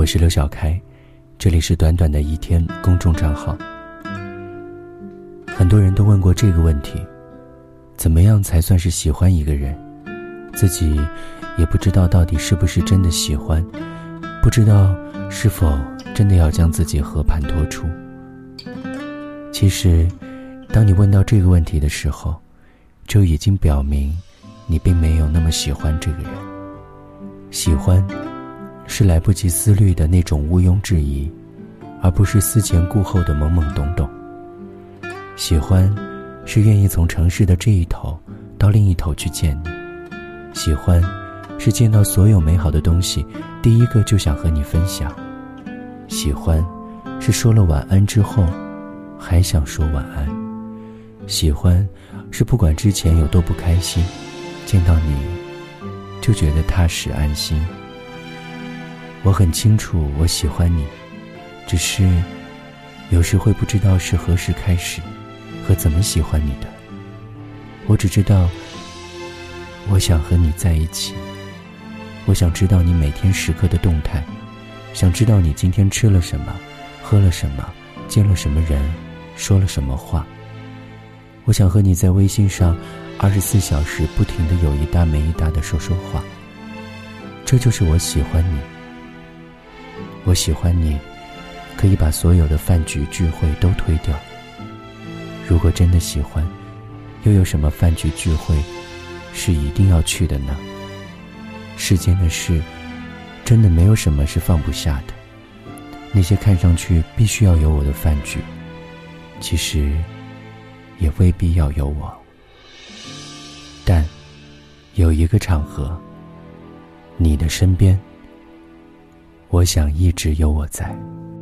我是刘小开，这里是短短的一天公众账号。很多人都问过这个问题，怎么样才算是喜欢一个人？自己也不知道到底是不是真的喜欢，不知道是否真的要将自己和盘托出。其实当你问到这个问题的时候，就已经表明你并没有那么喜欢这个人。喜欢是来不及思虑的那种毋庸置疑，而不是思前顾后的懵懵懂懂。喜欢是愿意从城市的这一头到另一头去见你。喜欢是见到所有美好的东西，第一个就想和你分享。喜欢是说了晚安之后还想说晚安。喜欢是不管之前有多不开心，见到你就觉得踏实安心。我很清楚我喜欢你，只是有时会不知道是何时开始和怎么喜欢你的。我只知道我想和你在一起，我想知道你每天时刻的动态，想知道你今天吃了什么，喝了什么，见了什么人，说了什么话。我想和你在微信上24小时不停地有一搭没一搭地说话。这就是我喜欢你。我喜欢你可以把所有的饭局聚会都推掉。如果真的喜欢，又有什么饭局聚会是一定要去的呢？世间的事真的没有什么是放不下的。那些看上去必须要有我的饭局，其实也未必要有我。但有一个场合，你的身边，我想一直有我在。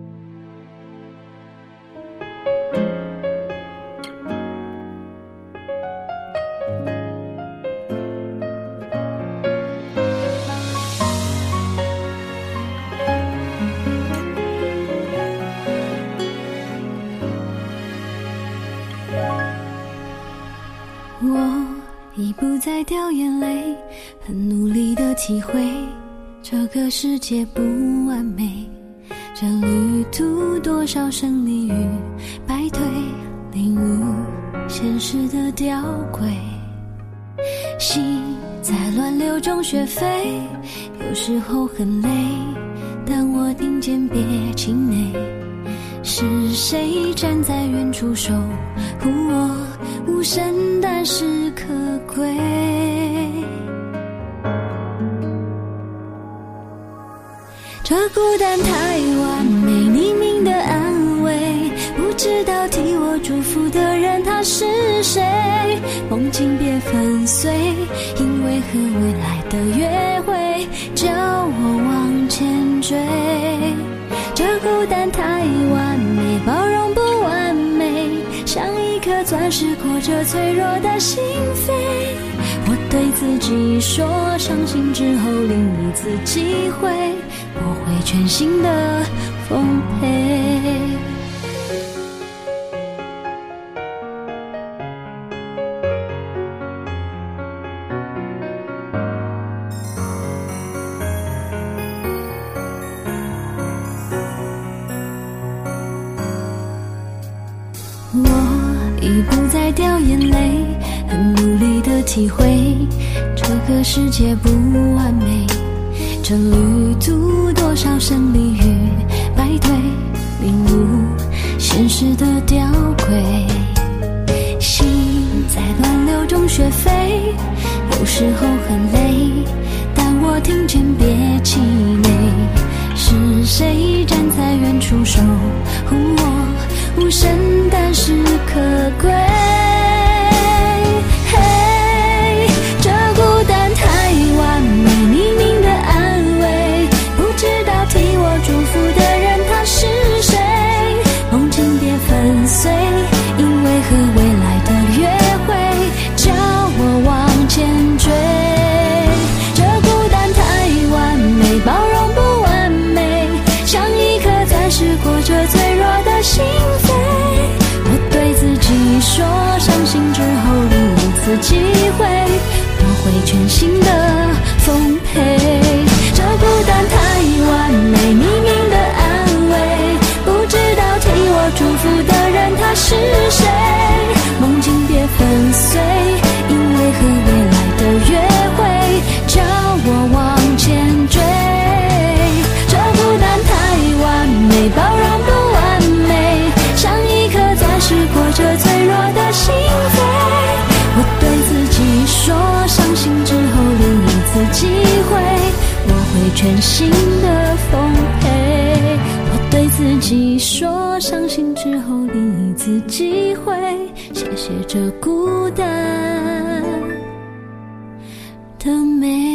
我已不再掉眼泪，很努力地体会这个世界不完美，这旅途多少胜利与败退，领悟现实的吊诡。心在乱流中学飞，有时候很累，但我听见别气馁。是谁站在远处守护我，无声但是可贵。这孤单太完美，匿名的安慰，不知道替我祝福的人他是谁。梦境别粉碎，因为和未来的约会叫我往前追。这孤单太完美，包容不完美，像一颗钻石裹着脆弱的心扉。我对自己说，伤心之后另一次机会，我会全心的奉陪。我已不再掉眼泪，很努力地体会这个世界不完美，这旅途多少胜利与败退，领悟现实的吊诡。心在乱流中学飞，有时候很累，但我听见别气馁。是谁站在远处守护我，无声但是可贵。这孤单太完美，匿名的安慰，不知道替我祝福的人他是谁。梦境别粉碎，因为和未来的约会叫我往前追。这孤单太完美，包容不完美，像一颗钻石裹着脆弱的心扉。我对自己说，伤心之后另一次机会，我会全心的奉陪。这孤单太完美，秘密全新的丰沛。我对自己说，相信之后另一次机会，谢谢这孤单的美。